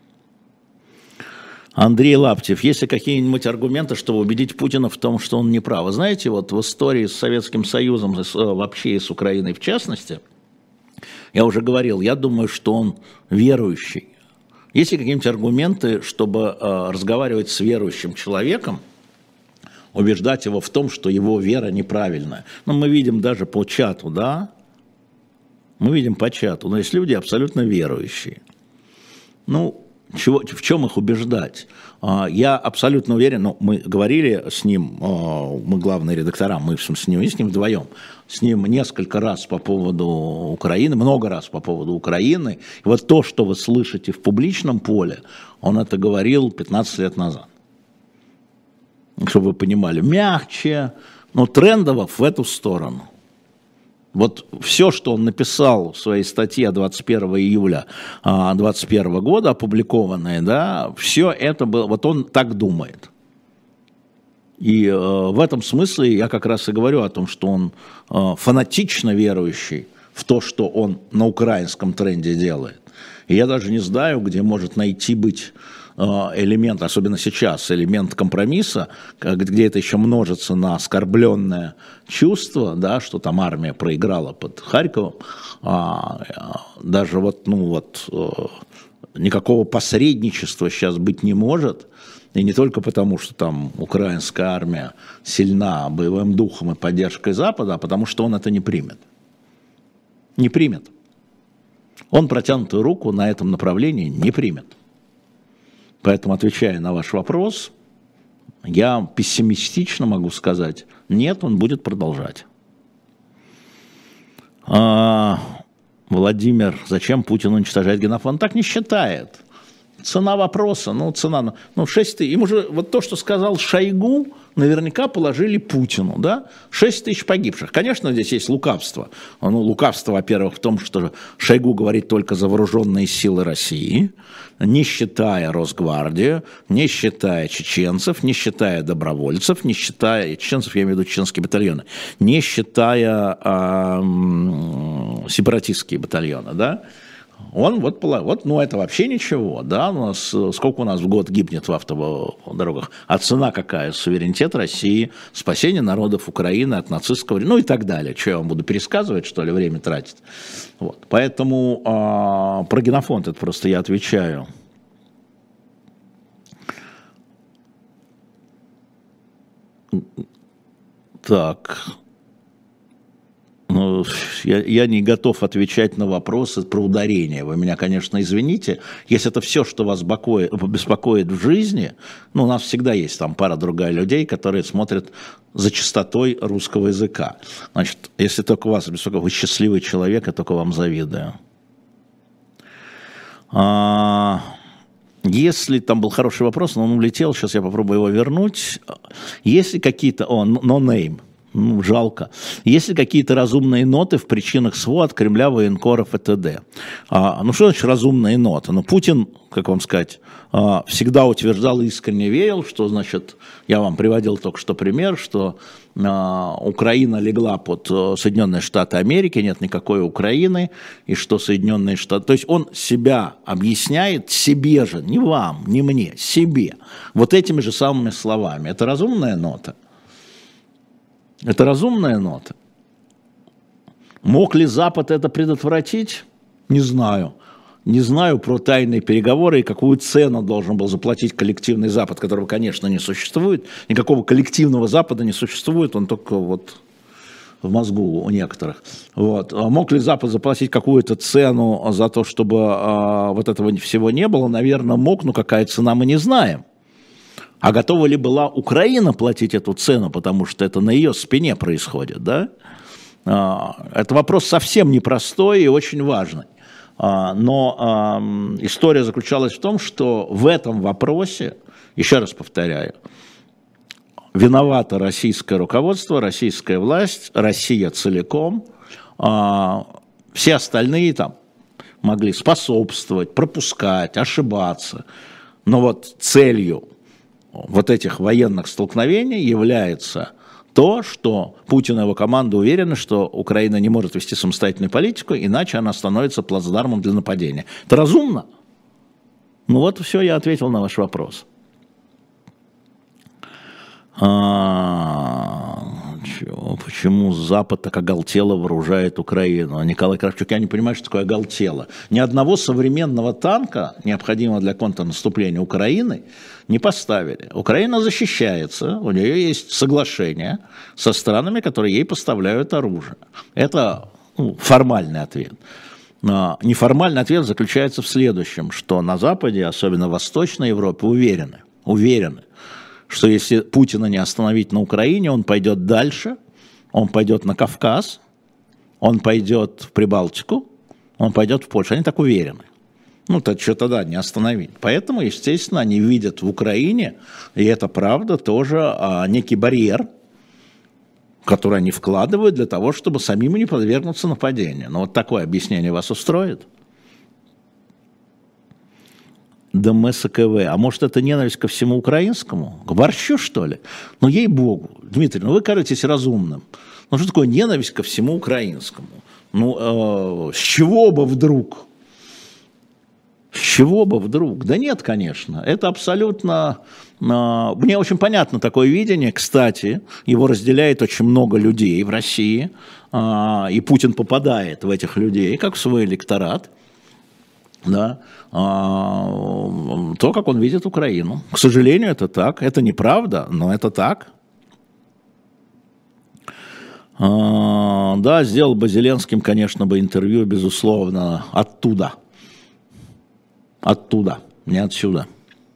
Андрей Лаптев, есть ли какие-нибудь аргументы, чтобы убедить Путина в том, что он не прав? Вы знаете, вот в истории с Советским Союзом, вообще и с Украиной в частности, я уже говорил, я думаю, что он верующий. Есть ли какие-нибудь аргументы, чтобы разговаривать с верующим человеком, убеждать его в том, что его вера неправильная? Ну, мы видим даже по чату, да? Мы видим по чату, но есть люди абсолютно верующие. Ну, чего, в чем их убеждать? Я абсолютно уверен, ну, мы говорили с ним, мы главные редактора, мы с ним, и с ним вдвоем, с ним несколько раз по поводу Украины, много раз по поводу Украины. И вот то, что вы слышите в публичном поле, он это говорил пятнадцать лет назад. Чтобы вы понимали, мягче, но трендово в эту сторону. Вот все, что он написал в своей статье двадцать первого июля двадцать первого года, опубликованное, да, все это было, вот он так думает. И э, в этом смысле я как раз и говорю о том, что он э, фанатично верующий в то, что он на украинском тренде делает. И я даже не знаю, где может найти быть элемент, особенно сейчас, элемент компромисса, где это еще множится на оскорбленное чувство, да, что там армия проиграла под Харьковом, даже вот, ну вот, никакого посредничества сейчас быть не может, и не только потому, что там украинская армия сильна боевым духом и поддержкой Запада, а потому что он это не примет. Не примет. Он протянутую руку на этом направлении не примет. Поэтому, отвечая на ваш вопрос, я пессимистично могу сказать, нет, он будет продолжать. А, Владимир, зачем Путин уничтожает генофонд? Он так не считает. Цена вопроса, ну, цена, ну, шесть тысяч, им уже, вот то, что сказал Шойгу, наверняка положили Путину, да, шесть тысяч погибших. Конечно, здесь есть лукавство. Ну, лукавство, во-первых, в том, что Шойгу говорит только за вооруженные силы России, не считая Росгвардию, не считая чеченцев, не считая добровольцев, не считая, чеченцев, я имею в виду чеченские батальоны, не считая э, сепаратистские батальоны, да. Он вот, вот, ну это вообще ничего, да, у нас, сколько у нас в год гибнет в автодорогах, а цена какая? Суверенитет России, спасение народов Украины от нацистского, ну и так далее. Что я вам буду пересказывать, что ли, время тратить? Вот. Поэтому а, про генофонд это просто я отвечаю. Так... Ну, я, я не готов отвечать на вопросы про ударение. Вы меня, конечно, извините. Если это все, что вас беспокоит, беспокоит в жизни, ну, у нас всегда есть там пара другая людей, которые смотрят за чистотой русского языка. Значит, если только вас беспокоит, вы счастливый человек, я только вам завидую. А, если там был хороший вопрос, но он улетел, сейчас я попробую его вернуть. Если какие-то... О, no name. Ну, жалко. Есть ли какие-то разумные ноты в причинах СВО от Кремля, военкоров и т.д.? А, ну, что значит разумные ноты? Ну, Путин, как вам сказать, а, всегда утверждал и искренне верил, что, значит, я вам приводил только что пример, что а, Украина легла под Соединенные Штаты Америки, нет никакой Украины, и что Соединенные Штаты... То есть он себя объясняет себе же, не вам, не мне, себе, вот этими же самыми словами. Это разумная нота? Это разумная нота. Мог ли Запад это предотвратить? Не знаю. Не знаю про тайные переговоры и какую цену должен был заплатить коллективный Запад, которого, конечно, не существует. Никакого коллективного Запада не существует, он только вот в мозгу у некоторых. Вот. Мог ли Запад заплатить какую-то цену за то, чтобы а, вот этого всего не было? Наверное, мог, но какая цена, мы не знаем. А готова ли была Украина платить эту цену, потому что это на ее спине происходит, да? Это вопрос совсем непростой и очень важный. Но история заключалась в том, что в этом вопросе, еще раз повторяю, виновато российское руководство, российская власть, Россия целиком, все остальные там могли способствовать, пропускать, ошибаться, но вот целью вот этих военных столкновений является то, что Путин и его команда уверены, что Украина не может вести самостоятельную политику, иначе она становится плацдармом для нападения. Это разумно? Ну вот все, я ответил на ваш вопрос. А, чё, почему Запад так оголтело вооружает Украину? Николай Кравчук, я не понимаю, что такое оголтело. Ни одного современного танка, необходимого для контрнаступления Украины, не поставили. Украина защищается, у нее есть соглашение со странами, которые ей поставляют оружие. Это ну, формальный ответ. Но неформальный ответ заключается в следующем, что на Западе, особенно в Восточной Европе, уверены, уверены, что если Путина не остановить на Украине, он пойдет дальше, он пойдет на Кавказ, он пойдет в Прибалтику, он пойдет в Польшу. Они так уверены. Ну, то что тогда не остановить. Поэтому, естественно, они видят в Украине, и это правда, тоже а, некий барьер, который они вкладывают для того, чтобы самим не подвергнуться нападению. Но вот такое объяснение вас устроит? ДМСКВ. А может, это ненависть ко всему украинскому? К борщу, что ли? Ну, ей-богу. Дмитрий, ну вы кажетесь разумным. Ну, что такое ненависть ко всему украинскому? Ну, э, с чего бы вдруг? С чего бы вдруг? Да нет, конечно. Это абсолютно... Э, мне очень понятно такое видение. Кстати, его разделяет очень много людей в России. Э, и Путин попадает в этих людей, как в свой электорат. Да, а, то, как он видит Украину. К сожалению, это так. Это неправда, но это так. А, да, сделал бы Зеленским, конечно, бы интервью, безусловно, оттуда. Оттуда, не отсюда.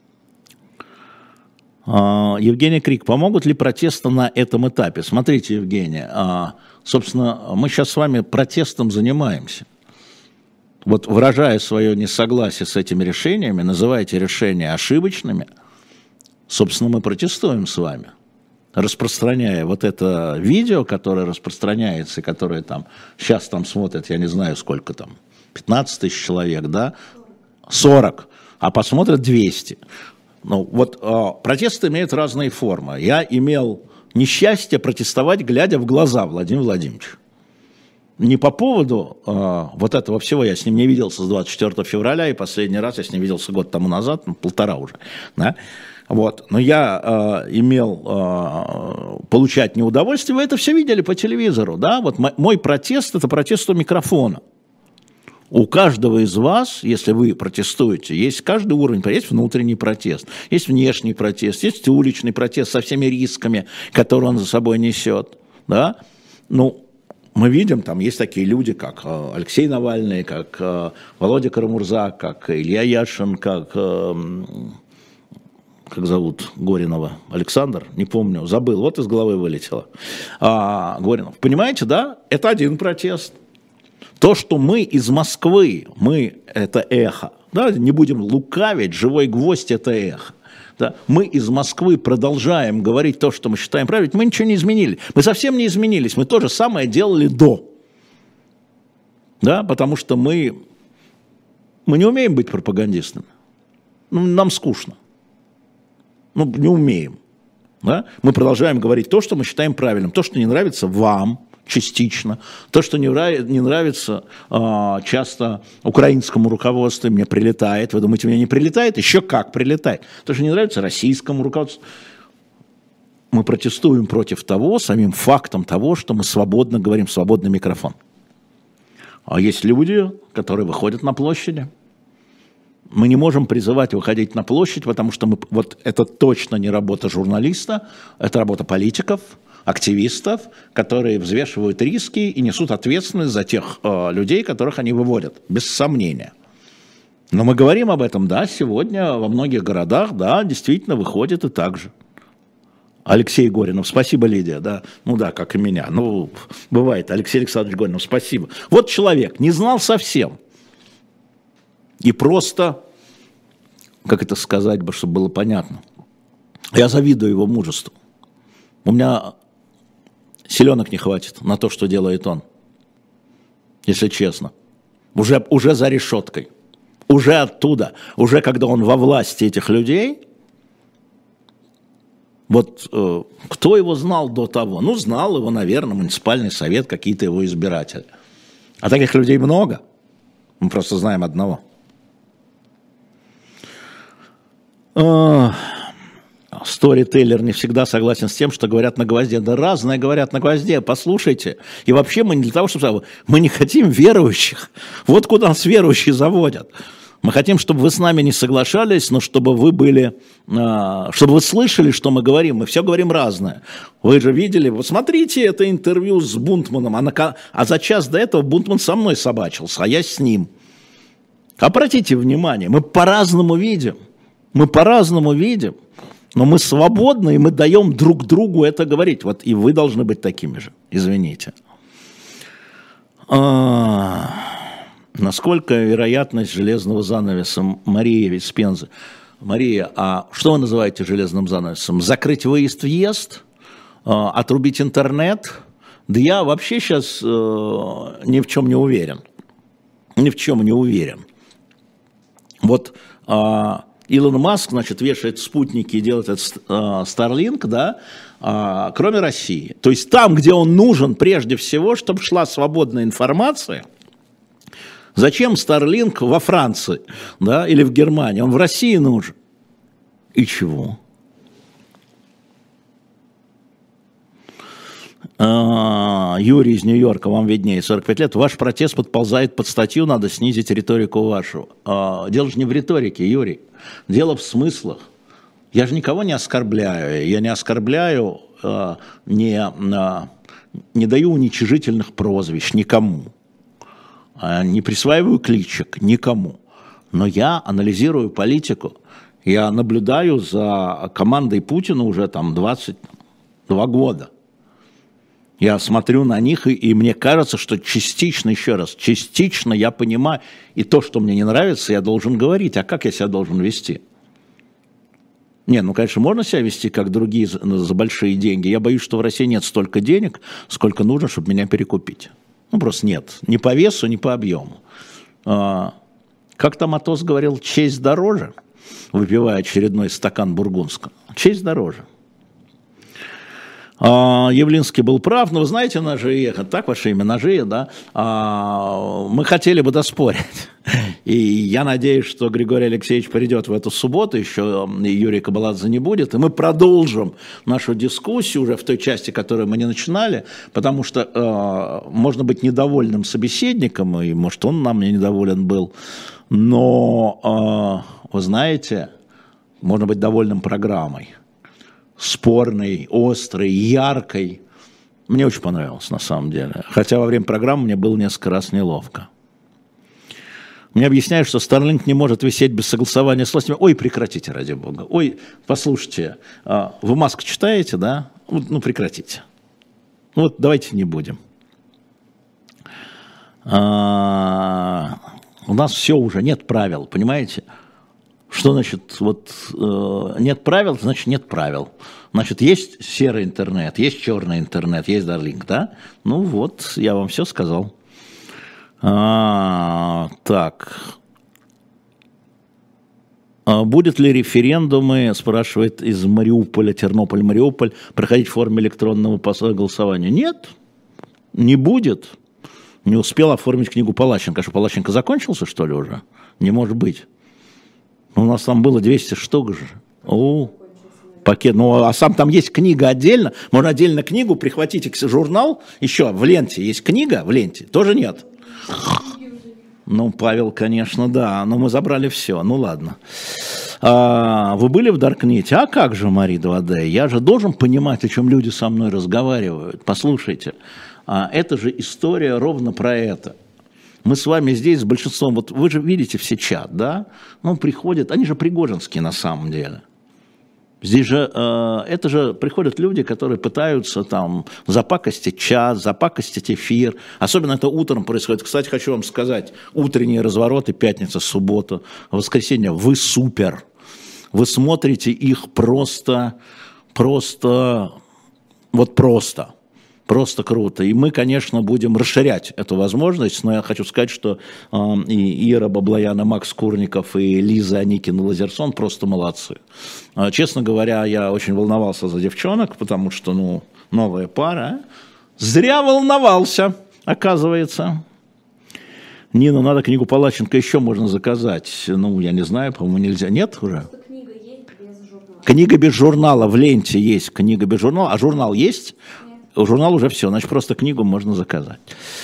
А, Евгений Крик, помогут ли протесты на этом этапе? Смотрите, Евгений, а, собственно, мы сейчас с вами протестом занимаемся. Вот выражая свое несогласие с этими решениями, называя эти решения ошибочными, собственно, мы протестуем с вами, распространяя вот это видео, которое распространяется, и которое там, сейчас там смотрят, я не знаю сколько там, пятнадцать тысяч человек, да, сорок, а посмотрят двести. Ну, вот э, протесты имеют разные формы. Я имел несчастье протестовать, глядя в глаза Владимира Владимировича. Не по поводу э, вот этого всего, я с ним не виделся с двадцать четвёртого февраля, и последний раз я с ним виделся год тому назад, ну, полтора уже, да? Вот. Но я э, имел э, получать неудовольствие, вы это все видели по телевизору, да? Вот мой протест – это протест у микрофона. У каждого из вас, если вы протестуете, есть каждый уровень, есть внутренний протест, есть внешний протест, есть уличный протест со всеми рисками, которые он за собой несет, да? Ну, мы видим, там есть такие люди, как Алексей Навальный, как Володя Карамурза, как Илья Яшин, как, как зовут Горинова, Александр, не помню, забыл, вот из головы вылетело. А, Горинов, понимаете, да, это один протест. То, что мы из Москвы, мы это эхо, да, не будем лукавить, живой гвоздь это эхо. Да, мы из Москвы продолжаем говорить то, что мы считаем правильным, мы ничего не изменили. Мы совсем не изменились, мы то же самое делали до. Да, потому что мы, мы не умеем быть пропагандистами. Ну, нам скучно. Ну, не умеем. Да? Мы продолжаем говорить то, что мы считаем правильным. То, что не нравится вам частично. То, что не, не нравится э, часто украинскому руководству, мне прилетает. Вы думаете, мне не прилетает? Еще как прилетает. То, что не нравится российскому руководству. Мы протестуем против того, самим фактом того, что мы свободно говорим, свободный микрофон. А есть люди, которые выходят на площади. Мы не можем призывать выходить на площадь, потому что мы, вот это точно не работа журналиста, это работа политиков, активистов, которые взвешивают риски и несут ответственность за тех э, людей, которых они выводят, без сомнения. Но мы говорим об этом, да, сегодня во многих городах, да, действительно выходит и так же. Алексей Горинов, спасибо, Лидия, да, ну да, как и меня, ну, бывает, Алексей Александрович Горинов, спасибо. Вот человек не знал совсем и просто, как это сказать бы, чтобы было понятно, я завидую его мужеству. У меня силенок не хватит на то, что делает он, если честно. Уже, уже за решеткой, уже оттуда, уже когда он во власти этих людей, вот э, кто его знал до того? Ну, знал его, наверное, муниципальный совет, какие-то его избиратели. А таких людей много, мы просто знаем одного. Сторителлер не всегда согласен с тем, что говорят на гвозде. Да разное говорят на гвозде, послушайте. И вообще мы не для того, чтобы... Мы не хотим верующих. Вот куда нас верующие заводят. Мы хотим, чтобы вы с нами не соглашались, но чтобы вы были... Чтобы вы слышали, что мы говорим. Мы все говорим разное. Вы же видели... Вот смотрите это интервью с Бунтманом. А, на... а за час до этого Бунтман со мной собачился, а я с ним. Обратите внимание, мы по-разному видим. Мы по-разному видим. Но мы свободны, и мы даем друг другу это говорить. Вот и вы должны быть такими же. Извините. А, насколько вероятность железного занавеса? Мария из Пензы. Мария, а что вы называете железным занавесом? Закрыть выезд-въезд? А, отрубить интернет? Да я вообще сейчас а, ни в чем не уверен. Ни в чем не уверен. Вот... А, Илон Маск, значит, вешает спутники и делает этот Starlink, да, а, кроме России. То есть там, где он нужен прежде всего, чтобы шла свободная информация. Зачем Starlink во Франции, да, или в Германии? Он в России нужен. И чего? А, Юрий из Нью-Йорка, вам виднее, сорок пять лет. Ваш протест подползает под статью, надо снизить риторику вашу. А, дело же не в риторике, Юрий. Дело в смыслах. Я же никого не оскорбляю. Я не оскорбляю, а, не, а, не даю уничижительных прозвищ никому. А, не присваиваю кличек никому. Но я анализирую политику. Я наблюдаю за командой Путина уже там двадцать два года. Я смотрю на них, и, и мне кажется, что частично, еще раз, частично я понимаю, и то, что мне не нравится, я должен говорить, а как я себя должен вести? Не, ну, конечно, можно себя вести, как другие, за, за большие деньги. Я боюсь, что в России нет столько денег, сколько нужно, чтобы меня перекупить. Ну, просто нет. Ни по весу, ни по объему. А, как там Атос говорил, честь дороже, выпивая очередной стакан бургундского. Честь дороже. А, Явлинский был прав, но вы знаете, Нажия, так ваше имя, Нажия, да, а, мы хотели бы доспорить. И я надеюсь, что Григорий Алексеевич придет в эту субботу, еще Юрий Кабаладзе не будет, и мы продолжим нашу дискуссию уже в той части, которую мы не начинали, потому что а, можно быть недовольным собеседником, и может он нам не недоволен был, но, а, вы знаете, можно быть довольным программой. Спорной, острой, яркой, Мне очень понравилось, на самом деле. Хотя во время программы мне было несколько раз неловко. Мне объясняют, что Starlink не может висеть без согласования с властями. Ой, прекратите, ради бога. Ой, послушайте, вы Маск читаете, да? Ну, прекратите. Вот давайте не будем. А, у нас все уже, нет правил, понимаете? Что значит, вот э, нет правил, значит нет правил. Значит, есть серый интернет, есть черный интернет, есть Starlink, да? Ну вот, я вам все сказал. А, так. А будет ли референдумы, спрашивает из Мариуполя, Тернополь, Мариуполь, проходить в форме электронного голосования? Нет, не будет. Не успел оформить книгу Палащенко. Что, Палащенко закончился, что ли, уже? Не может быть. У нас там было двести штук же. О, пакет. Ну, а сам там есть книга отдельно. Можно отдельно книгу прихватить, журнал. Еще в ленте есть книга, в ленте тоже нет. Ну, Павел, конечно, да, но мы забрали все, ну ладно. А, вы были в Даркнете? А как же, Мари два дэ? Я же должен понимать, о чем люди со мной разговаривают. Послушайте, а, это же история ровно про это. Мы с вами здесь с большинством, вот вы же видите все чат, да? Ну, приходят, они же пригожинские на самом деле. Здесь же, э, это же приходят люди, которые пытаются там запакостить чат, запакостить эфир. Особенно это утром происходит. Кстати, хочу вам сказать, утренние развороты, пятница, суббота, воскресенье, вы супер. Вы смотрите их просто, просто, вот просто. Просто круто. И мы, конечно, будем расширять эту возможность, но я хочу сказать, что э, и Ира Баблоян, и Макс Курников, и Лиза Аникина, Лазерсон просто молодцы. Э, честно говоря, я очень волновался за девчонок, потому что, ну, новая пара. Зря волновался, оказывается. Нина, надо книгу Палащенко еще можно заказать. Ну, я не знаю, по-моему, нельзя. Нет уже? Книга есть без журнала. Книга без журнала, в ленте есть книга без журнала. А журнал есть? Журнал уже все, значит, просто книгу можно заказать.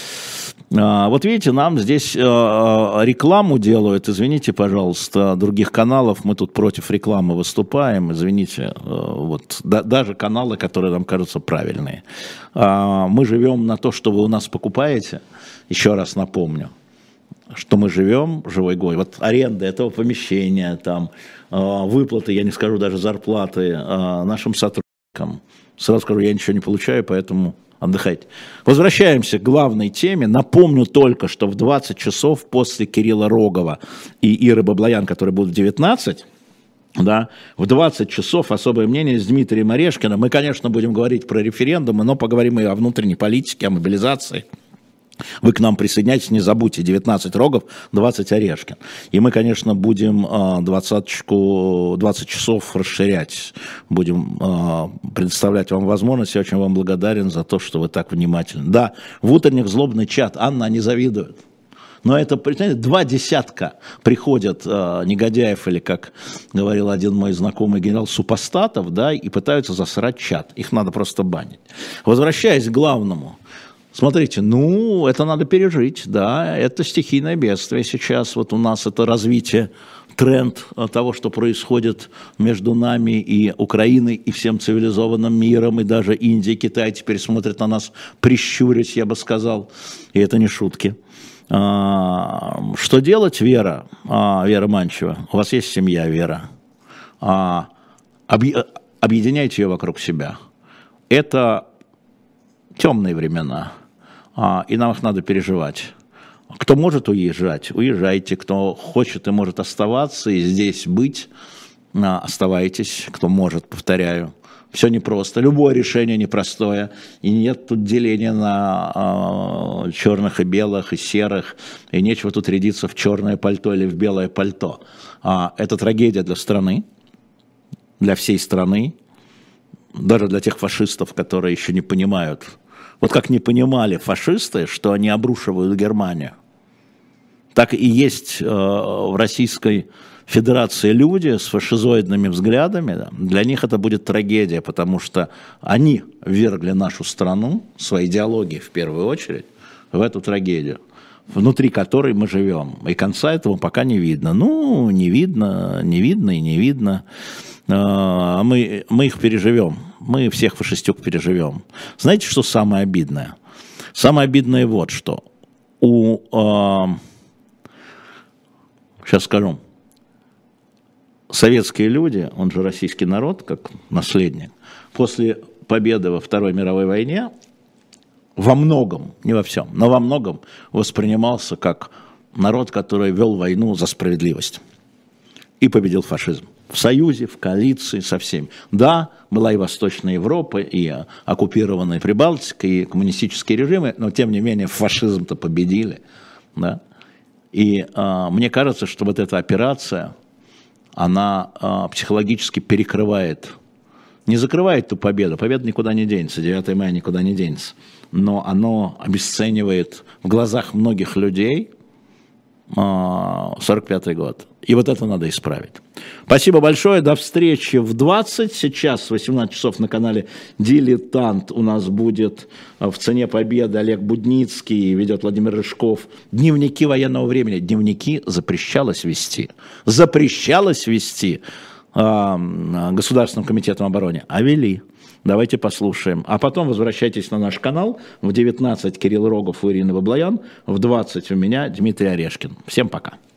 А, вот видите, нам здесь а, рекламу делают, извините, пожалуйста, других каналов, мы тут против рекламы выступаем, извините, а, вот, да, даже каналы, которые нам кажутся правильные. А, мы живем на то, что вы у нас покупаете, еще раз напомню, что мы живем, живой гой, вот аренда этого помещения, там, а, выплаты, я не скажу даже зарплаты а, нашим сотрудникам. Сразу скажу, я ничего не получаю, поэтому отдыхайте. Возвращаемся к главной теме. Напомню только, что в двадцать часов после Кирилла Рогова и Иры Баблоян, которые будут в девятнадцать, да, в двадцать часов особое мнение с Дмитрием Орешкиным. Мы, конечно, будем говорить про референдумы, но поговорим и о внутренней политике, о мобилизации. Вы к нам присоединяйтесь, не забудьте, девятнадцать Рогов, двадцать Орешкин. И мы, конечно, будем двадцать часов расширять, будем предоставлять вам возможность. Я очень вам благодарен за то, что вы так внимательны. Да, в утренних злобный чат, Анна, не завидует. Но это, представляете, два десятка приходят э, негодяев, или, как говорил один мой знакомый генерал, супостатов, да, и пытаются засрать чат. Их надо просто банить. Возвращаясь к главному. Смотрите, ну, это надо пережить, да, это стихийное бедствие сейчас, вот у нас это развитие, тренд того, что происходит между нами и Украиной, и всем цивилизованным миром, и даже Индия, Китай теперь смотрят на нас, прищурясь, я бы сказал, и это не шутки. А, что делать, Вера, а, Вера Манчева? У вас есть семья, Вера? А, объ... Объединяйте ее вокруг себя. Это темные времена. А, и нам их надо переживать. Кто может уезжать, уезжайте. Кто хочет и может оставаться и здесь быть, а, оставайтесь. Кто может, повторяю. Все непросто. Любое решение непростое. И нет тут деления на а, черных и белых, и серых. И нечего тут рядиться в черное пальто или в белое пальто. А, это трагедия для страны, для всей страны. Даже для тех фашистов, которые еще не понимают. Вот как не понимали фашисты, что они обрушивают Германию, так и есть э, в Российской Федерации люди с фашизоидными взглядами. Да. Для них это будет трагедия, потому что они ввергли нашу страну, своей идеологией в первую очередь, в эту трагедию, внутри которой мы живем. И конца этому пока не видно. Ну, не видно, не видно и не видно. Мы, мы их переживем. мы всех фашистюк переживем. Знаете, что самое обидное? Самое обидное вот что. У, э, сейчас скажу, советские люди, он же российский народ, как наследник, после победы во Второй мировой войне во многом, не во всем, но во многом воспринимался как народ, который вел войну за справедливость и победил фашизм. В союзе, в коалиции со всеми. Да, была и Восточная Европа, и оккупированная Прибалтика, и коммунистические режимы, но тем не менее фашизм-то победили. Да? И а, мне кажется, что вот эта операция, она а, психологически перекрывает, не закрывает ту победу, победа никуда не денется, девятое мая никуда не денется, но оно обесценивает в глазах многих людей сорок пятый год. И вот это надо исправить. Спасибо большое. До встречи в двадцать. Сейчас в восемнадцать часов на канале «Дилетант» у нас будет в «Цене победы» Олег Будницкий, ведет Владимир Рыжков. Дневники военного времени. Дневники запрещалось вести. Запрещалось вести э, Государственным комитетом обороны. А вели. Давайте послушаем. А потом возвращайтесь на наш канал. В девятнадцать Кирилл Рогов и Ирина Баблоян. В двадцать у меня Дмитрий Орешкин. Всем пока.